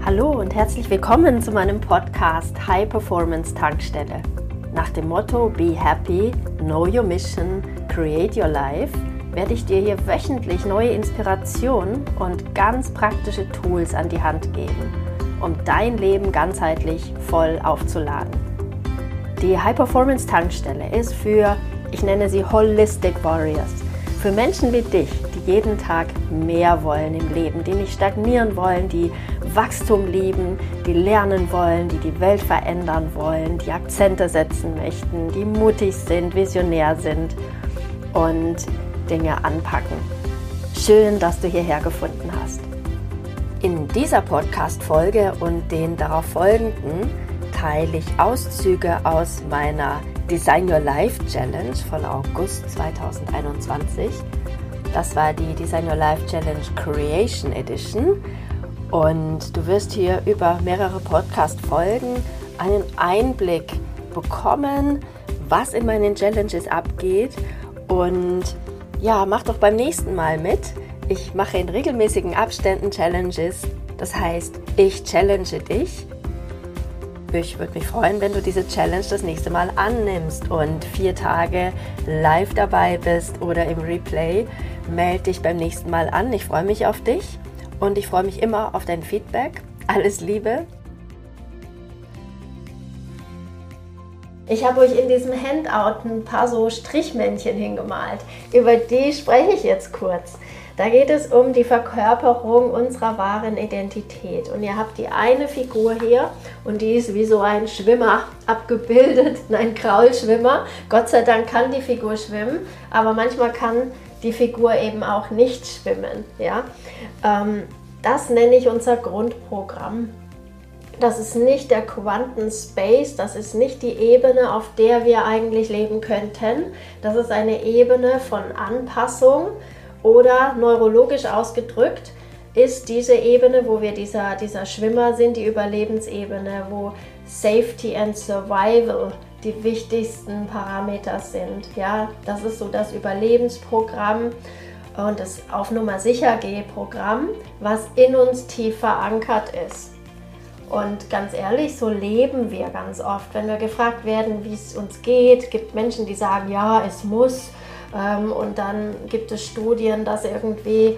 Hallo und herzlich willkommen zu meinem Podcast High Performance Tankstelle. Nach dem Motto Be Happy, Know Your Mission, Create Your Life werde ich dir hier wöchentlich neue Inspirationen und ganz praktische Tools an die Hand geben, um dein Leben ganzheitlich voll aufzuladen. Die High Performance Tankstelle ist für, ich nenne sie Holistic Warriors, für Menschen wie dich, die jeden Tag mehr wollen im Leben, die nicht stagnieren wollen, die Wachstum lieben, die lernen wollen, die die Welt verändern wollen, die Akzente setzen möchten, die mutig sind, visionär sind und Dinge anpacken. Schön, dass du hierher gefunden hast. In dieser Podcast-Folge und den darauf folgenden teile ich Auszüge aus meiner Design Your Life Challenge von August 2021. Das war die Design Your Life Challenge Creation Edition. Und du wirst hier über mehrere Podcast-Folgen einen Einblick bekommen, was in meinen Challenges abgeht. Und ja, mach doch beim nächsten Mal mit. Ich mache in regelmäßigen Abständen Challenges. Das heißt, ich challenge dich. Ich würde mich freuen, wenn du diese Challenge das nächste Mal annimmst und 4 Tage live dabei bist oder im Replay. Melde dich beim nächsten Mal an. Ich freue mich auf dich. Und ich freue mich immer auf dein Feedback. Alles Liebe. Ich habe euch in diesem Handout ein paar so Strichmännchen hingemalt. Über die spreche ich jetzt kurz. Da geht es um die Verkörperung unserer wahren Identität. Und ihr habt die eine Figur hier und die ist wie so ein Schwimmer abgebildet, ein Kraulschwimmer. Gott sei Dank kann die Figur schwimmen, aber manchmal kann die Figur eben auch nicht schwimmen. Ja? Das nenne ich unser Grundprogramm. Das ist nicht der Quantenspace, das ist nicht die Ebene, auf der wir eigentlich leben könnten. Das ist eine Ebene von Anpassung oder neurologisch ausgedrückt ist diese Ebene, wo wir dieser Schwimmer sind, die Überlebensebene, wo Safety and Survival die wichtigsten Parameter sind. Ja, das ist so das Überlebensprogramm und das Auf Nummer sicher Geh-Programm, was in uns tief verankert ist. Und ganz ehrlich, so leben wir ganz oft. Wenn wir gefragt werden, wie es uns geht, gibt Menschen, die sagen, ja, es muss. Und dann gibt es Studien, dass irgendwie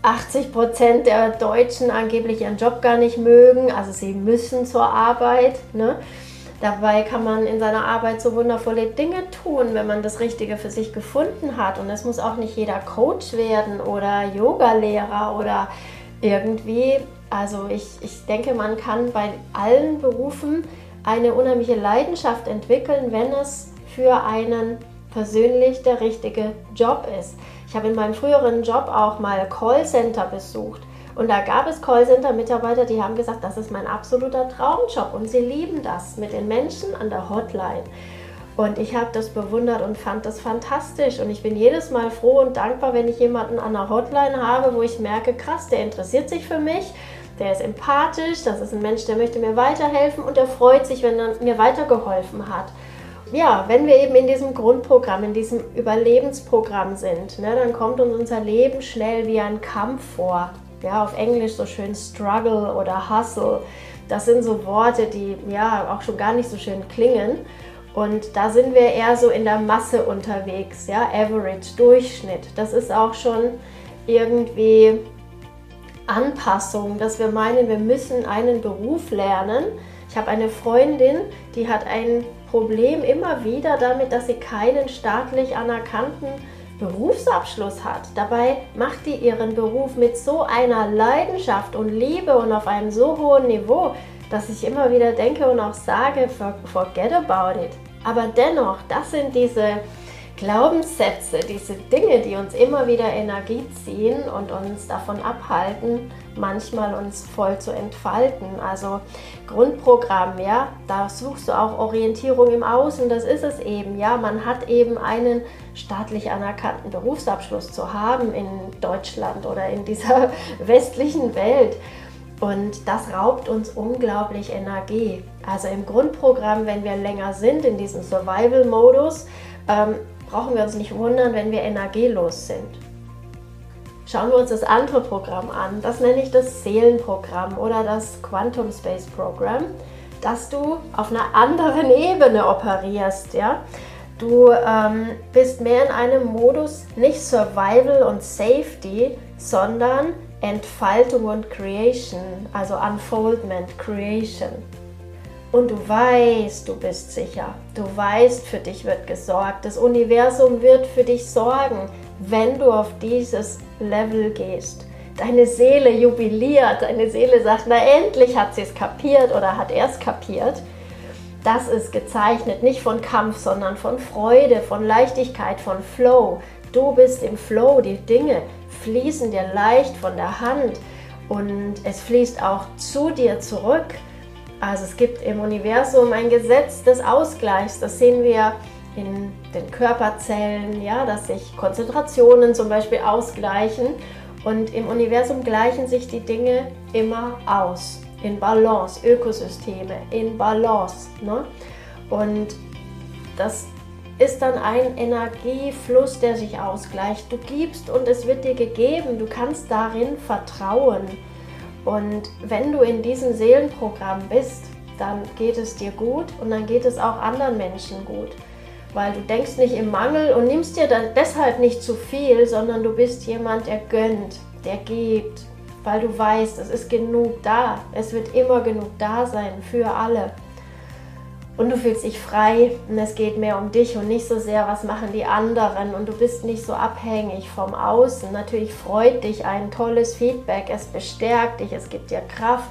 80% der Deutschen angeblich ihren Job gar nicht mögen. Also sie müssen zur Arbeit, ne? Dabei kann man in seiner Arbeit so wundervolle Dinge tun, wenn man das Richtige für sich gefunden hat. Und es muss auch nicht jeder Coach werden oder Yogalehrer oder irgendwie. Also ich denke, man kann bei allen Berufen eine unheimliche Leidenschaft entwickeln, wenn es für einen persönlich der richtige Job ist. Ich habe in meinem früheren Job auch mal Callcenter besucht. Und da gab es Callcenter-Mitarbeiter, die haben gesagt, das ist mein absoluter Traumjob und sie lieben das mit den Menschen an der Hotline. Und ich habe das bewundert und fand das fantastisch. Und ich bin jedes Mal froh und dankbar, wenn ich jemanden an der Hotline habe, wo ich merke, krass, der interessiert sich für mich, der ist empathisch, das ist ein Mensch, der möchte mir weiterhelfen und der freut sich, wenn er mir weitergeholfen hat. Ja, wenn wir eben in diesem Grundprogramm, in diesem Überlebensprogramm sind, ne, dann kommt uns unser Leben schnell wie ein Kampf vor. Ja, auf Englisch so schön Struggle oder Hustle. Das sind so Worte, die ja auch schon gar nicht so schön klingen. Und da sind wir eher so in der Masse unterwegs, ja, Average, Durchschnitt. Das ist auch schon irgendwie Anpassung, dass wir meinen, wir müssen einen Beruf lernen. Ich habe eine Freundin, die hat ein Problem immer wieder damit, dass sie keinen staatlich anerkannten Berufsabschluss hat. Dabei macht die ihren Beruf mit so einer Leidenschaft und Liebe und auf einem so hohen Niveau, dass ich immer wieder denke und auch sage, forget about it. Aber dennoch, das sind diese Glaubenssätze, diese Dinge, die uns immer wieder Energie ziehen und uns davon abhalten, manchmal uns voll zu entfalten. Also Grundprogramm, ja, da suchst du auch Orientierung im Außen, das ist es eben, ja, man hat eben einen staatlich anerkannten Berufsabschluss zu haben in Deutschland oder in dieser westlichen Welt. Und das raubt uns unglaublich Energie. Also im Grundprogramm, wenn wir länger sind in diesem Survival-Modus, brauchen wir uns nicht wundern, wenn wir energielos sind. Schauen wir uns das andere Programm an. Das nenne ich das Seelenprogramm oder das Quantum Space Program, dass du auf einer anderen Ebene operierst. Ja? Du bist mehr in einem Modus, nicht Survival und Safety, sondern Entfaltung und Creation, also Unfoldment, Creation. Und du weißt, du bist sicher. Du weißt, für dich wird gesorgt. Das Universum wird für dich sorgen, wenn du auf dieses Level gehst. Deine Seele jubiliert, deine Seele sagt, na endlich hat sie es kapiert oder hat er es kapiert. Das ist gezeichnet, nicht von Kampf, sondern von Freude, von Leichtigkeit, von Flow. Du bist im Flow, die Dinge fließen dir leicht von der Hand und es fließt auch zu dir zurück. Also es gibt im Universum ein Gesetz des Ausgleichs, das sehen wir in den Körperzellen, ja, dass sich Konzentrationen zum Beispiel ausgleichen und im Universum gleichen sich die Dinge immer aus, in Balance, Ökosysteme in Balance. Ne? Und das ist dann ein Energiefluss, der sich ausgleicht. Du gibst und es wird dir gegeben, du kannst darin vertrauen. Und wenn du in diesem Seelenprogramm bist, dann geht es dir gut und dann geht es auch anderen Menschen gut. Weil du denkst nicht im Mangel und nimmst dir dann deshalb nicht zu viel, sondern du bist jemand, der gönnt, der gibt, weil du weißt, es ist genug da. Es wird immer genug da sein für alle. Und du fühlst dich frei und es geht mehr um dich und nicht so sehr, was machen die anderen. Und du bist nicht so abhängig vom Außen. Natürlich freut dich ein tolles Feedback, es bestärkt dich, es gibt dir Kraft.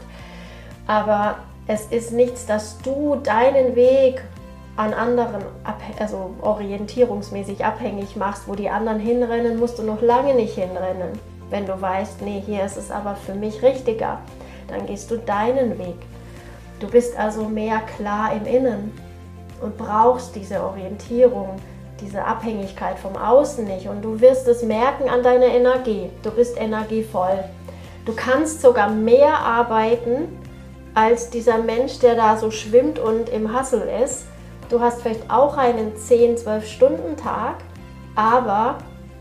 Aber es ist nichts, dass du deinen Weg an anderen, also orientierungsmäßig abhängig machst. Wo die anderen hinrennen, musst du noch lange nicht hinrennen. Wenn du weißt, nee, hier ist es aber für mich richtiger, dann gehst du deinen Weg. Du bist also mehr klar im Innen und brauchst diese Orientierung, diese Abhängigkeit vom Außen nicht. Und du wirst es merken an deiner Energie. Du bist energievoll. Du kannst sogar mehr arbeiten als dieser Mensch, der da so schwimmt und im Hustle ist. Du hast vielleicht auch einen 10-12-Stunden-Tag, aber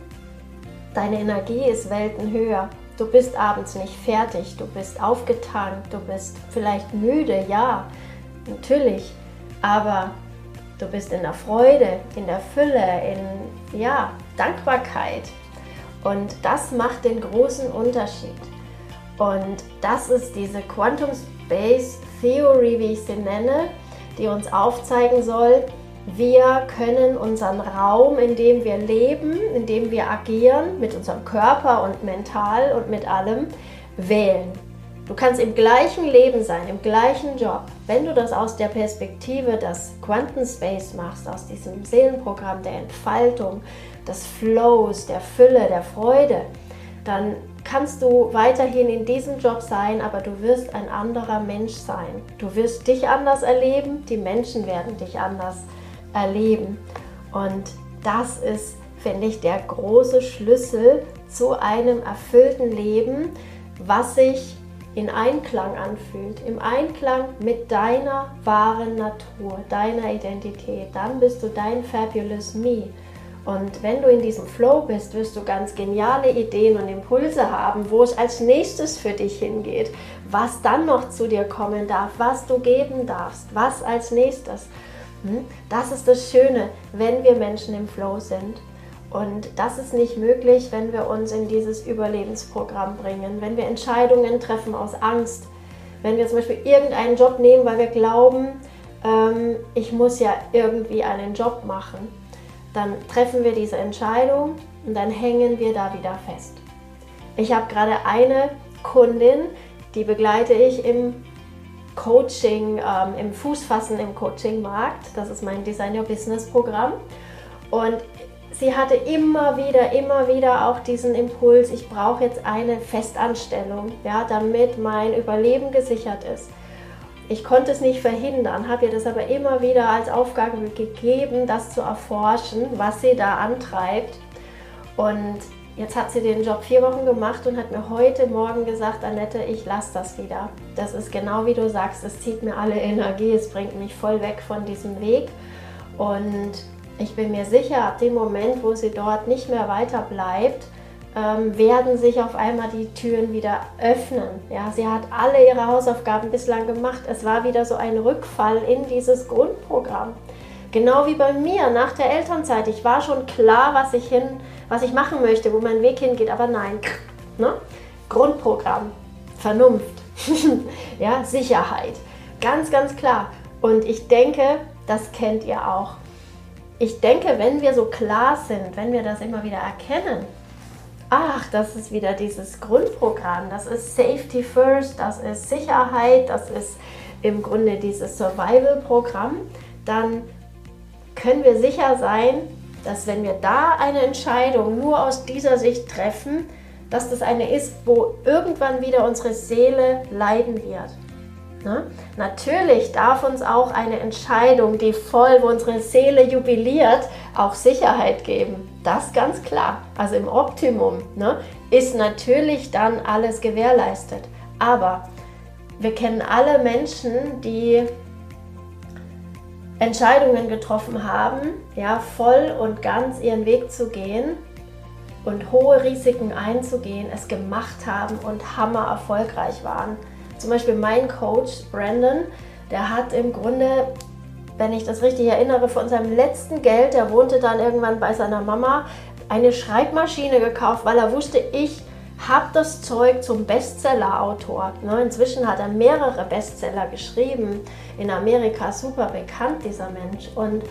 deine Energie ist Welten höher. Du bist abends nicht fertig, du bist aufgetankt, du bist vielleicht müde, ja, natürlich, aber du bist in der Freude, in der Fülle, in Dankbarkeit und das macht den großen Unterschied. Und das ist diese Quantum Space Theory, wie ich sie nenne, die uns aufzeigen soll, wir können unseren Raum, in dem wir leben, in dem wir agieren, mit unserem Körper und mental und mit allem, wählen. Du kannst im gleichen Leben sein, im gleichen Job. Wenn du das aus der Perspektive des Quantum Space machst, aus diesem Seelenprogramm der Entfaltung, des Flows, der Fülle, der Freude, dann kannst du weiterhin in diesem Job sein, aber du wirst ein anderer Mensch sein. Du wirst dich anders erleben, die Menschen werden dich anders erleben. Und das ist, finde ich, der große Schlüssel zu einem erfüllten Leben, was sich in Einklang anfühlt, im Einklang mit deiner wahren Natur, deiner Identität. Dann bist du dein Fabulous Me. Und wenn du in diesem Flow bist, wirst du ganz geniale Ideen und Impulse haben, wo es als nächstes für dich hingeht, was dann noch zu dir kommen darf, was du geben darfst, was als nächstes. Das ist das Schöne, wenn wir Menschen im Flow sind. Und das ist nicht möglich, wenn wir uns in dieses Überlebensprogramm bringen, wenn wir Entscheidungen treffen aus Angst, wenn wir zum Beispiel irgendeinen Job nehmen, weil wir glauben, ich muss ja irgendwie einen Job machen, dann treffen wir diese Entscheidung und dann hängen wir da wieder fest. Ich habe gerade eine Kundin, die begleite ich im Coaching, im Fußfassen im Coaching-Markt. Das ist mein Design Your Business-Programm. Und sie hatte immer wieder auch diesen Impuls, ich brauche jetzt eine Festanstellung, ja, damit mein Überleben gesichert ist. Ich konnte es nicht verhindern, habe ihr das aber immer wieder als Aufgabe gegeben, das zu erforschen, was sie da antreibt. Und jetzt hat sie den Job 4 Wochen gemacht und hat mir heute Morgen gesagt, Annette, ich lasse das wieder. Das ist genau wie du sagst, es zieht mir alle Energie, es bringt mich voll weg von diesem Weg. Und ich bin mir sicher, ab dem Moment, wo sie dort nicht mehr weiter bleibt, werden sich auf einmal die Türen wieder öffnen. Ja, sie hat alle ihre Hausaufgaben bislang gemacht. Es war wieder so ein Rückfall in dieses Grundprogramm. Genau wie bei mir nach der Elternzeit. Ich war schon klar, was ich machen möchte, wo mein Weg hingeht, aber nein. Ne? Grundprogramm, Vernunft, ja, Sicherheit. Ganz, ganz klar. Und ich denke, das kennt ihr auch. Ich denke, wenn wir so klar sind, wenn wir das immer wieder erkennen, ach, das ist wieder dieses Grundprogramm, das ist Safety First, das ist Sicherheit, das ist im Grunde dieses Survival-Programm, dann können wir sicher sein, dass wenn wir da eine Entscheidung nur aus dieser Sicht treffen, dass das eine ist, wo irgendwann wieder unsere Seele leiden wird. Ne? Natürlich darf uns auch eine Entscheidung, wo unsere Seele jubiliert, auch Sicherheit geben. Das ganz klar. Also im Optimum, ne, ist natürlich dann alles gewährleistet. Aber wir kennen alle Menschen, die Entscheidungen getroffen haben, ja, voll und ganz ihren Weg zu gehen und hohe Risiken einzugehen, es gemacht haben und hammer erfolgreich waren. Zum Beispiel mein Coach Brandon, der hat im Grunde, wenn ich das richtig erinnere, von seinem letzten Geld, der wohnte dann irgendwann bei seiner Mama, eine Schreibmaschine gekauft, weil er wusste, ich habe das Zeug zum Bestseller-Autor. Inzwischen hat er mehrere Bestseller geschrieben, in Amerika super bekannt, dieser Mensch. Und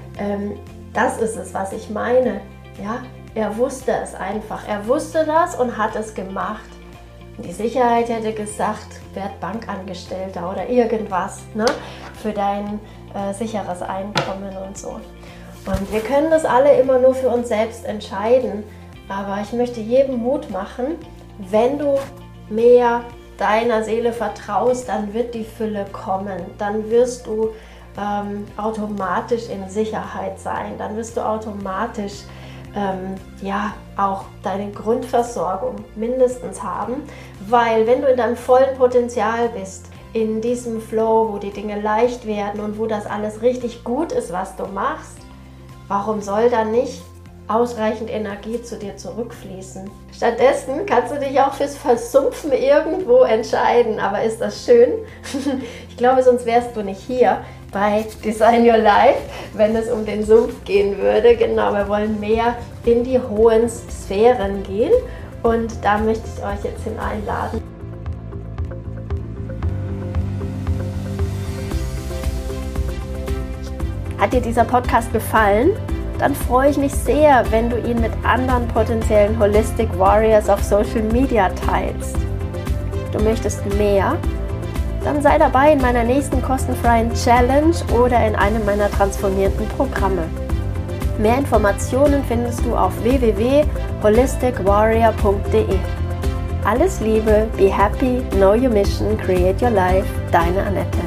das ist es, was ich meine. Ja? Er wusste es einfach, er wusste das und hat es gemacht. Die Sicherheit hätte gesagt, werd Bankangestellter oder irgendwas, ne, für dein sicheres Einkommen und so. Und wir können das alle immer nur für uns selbst entscheiden. Aber ich möchte jedem Mut machen, wenn du mehr deiner Seele vertraust, dann wird die Fülle kommen. Dann wirst du automatisch in Sicherheit sein. Dann wirst du automatisch auch deine Grundversorgung mindestens haben, weil wenn du in deinem vollen Potenzial bist, in diesem Flow, wo die Dinge leicht werden und wo das alles richtig gut ist, was du machst, warum soll dann nicht ausreichend Energie zu dir zurückfließen? Stattdessen kannst du dich auch fürs Versumpfen irgendwo entscheiden, aber ist das schön? Ich glaube, sonst wärst du nicht hier bei Design Your Life, wenn es um den Sumpf gehen würde. Genau, wir wollen mehr in die hohen Sphären gehen und da möchte ich euch jetzt hineinladen. Hat dir dieser Podcast gefallen? Dann freue ich mich sehr, wenn du ihn mit anderen potenziellen Holistic Warriors auf Social Media teilst. Du möchtest mehr? Dann sei dabei in meiner nächsten kostenfreien Challenge oder in einem meiner transformierenden Programme. Mehr Informationen findest du auf www.holisticwarrior.de. Alles Liebe, be happy, know your mission, create your life, deine Annette.